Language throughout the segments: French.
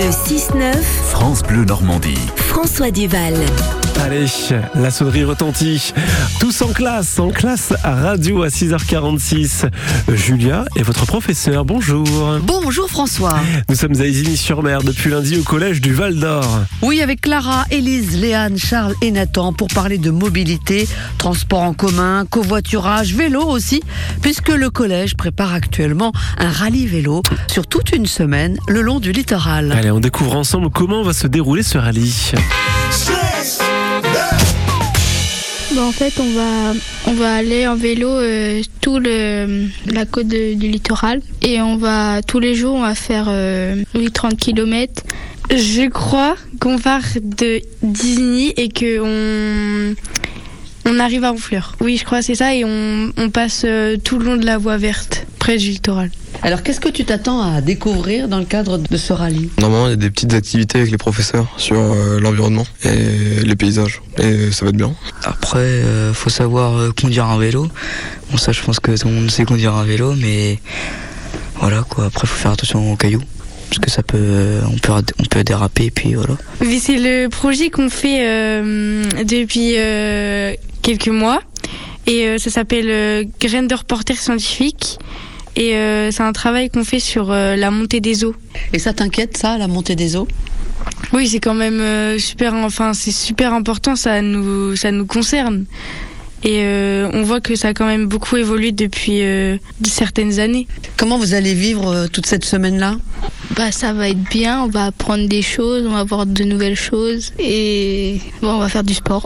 Le 6-9, France Bleu Normandie. François Duval. Allez, la sonnerie retentit. Tous en classe radio à 6h46. Julia est votre professeure, bonjour. Bonjour François. Nous sommes à Isigny-sur-Mer depuis lundi au collège du Val d'Or. Oui, avec Clara, Élise, Léane, Charles et Nathan pour parler de mobilité, transport en commun, covoiturage, vélo aussi, puisque le collège prépare actuellement un rallye vélo sur toute une semaine le long du littoral. Allez, on découvre ensemble comment va se dérouler ce rallye. En fait, on va aller en vélo tout la côte du littoral et tous les jours on va faire 30 km. Je crois qu'on part de d'Isigny et que on arrive à Honfleur. Oui, je crois que c'est ça et on passe tout le long de la voie verte près du littoral. Alors, qu'est-ce que tu t'attends à découvrir dans le cadre de ce rallye ? Normalement, il y a des petites activités avec les professeurs sur l'environnement et les paysages. Et ça va être bien. Après, faut savoir conduire un vélo. Bon, ça, je pense que tout le monde sait conduire un vélo, mais voilà quoi. Après, faut faire attention aux cailloux. Parce que on peut déraper et puis voilà. Mais c'est le projet qu'on fait depuis quelques mois. Et ça s'appelle Graines de reporter scientifique. Et c'est un travail qu'on fait sur la montée des eaux. Et ça t'inquiète, ça, la montée des eaux ? Oui, c'est quand même c'est super important, ça nous concerne. Et on voit que ça a quand même beaucoup évolué depuis certaines années. Comment vous allez vivre toute cette semaine-là ? Ça va être bien, on va apprendre des choses, on va voir de nouvelles choses et on va faire du sport.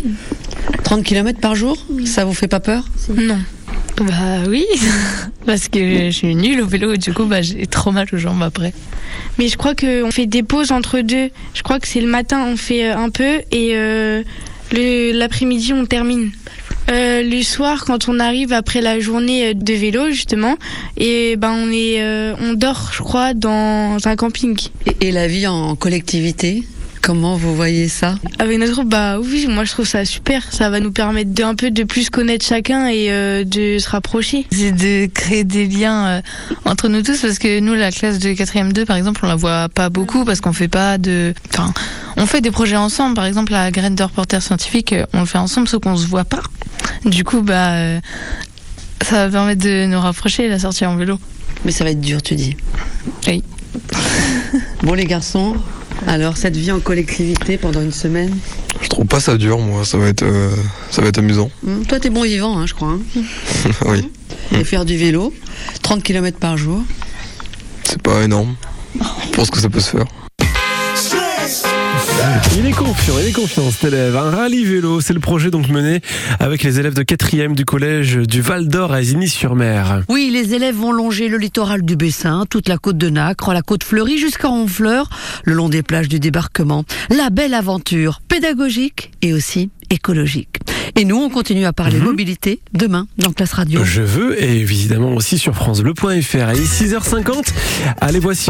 30 km par jour ? Ça vous fait pas peur ? Non. Oui, parce que je suis nulle au vélo et du coup j'ai trop mal aux jambes après. Mais je crois qu'on fait des pauses entre deux. Je crois que c'est le matin on fait un peu et l'après-midi on termine. Le soir quand on arrive après la journée de vélo justement, et on dort je crois dans un camping. Et la vie en collectivité ? Comment vous voyez ça ? Avec notre groupe, oui, moi je trouve ça super. Ça va nous permettre un peu de plus connaître chacun et de se rapprocher. C'est de créer des liens entre nous tous parce que nous, la classe de 4e 2, par exemple, on la voit pas beaucoup parce qu'on fait pas on fait des projets ensemble. Par exemple, la graine de reporter scientifique, on le fait ensemble sauf qu'on se voit pas. Du coup, ça va permettre de nous rapprocher la sortie en vélo. Mais ça va être dur, tu dis ? Oui. Bon les garçons, alors cette vie en collectivité pendant une semaine ? Je trouve pas ça dur, moi. Ça va être amusant. Toi t'es bon vivant, je crois. Oui. Et faire du vélo, 30 km par jour. C'est pas énorme pour ce que ça peut se faire. Il est confiant cet élève. Un rallye vélo, c'est le projet donc mené avec les élèves de 4e du collège du Val d'Or à Isigny-sur-Mer. Oui, les élèves vont longer le littoral du Bessin, toute la côte de Nacre, la côte fleurie jusqu'à Honfleur, le long des plages du débarquement. La belle aventure pédagogique et aussi écologique. Et nous, on continue à parler mobilité demain dans Classe Radio. Je veux, et évidemment aussi sur francebleu.fr. Et 6h50, allez voici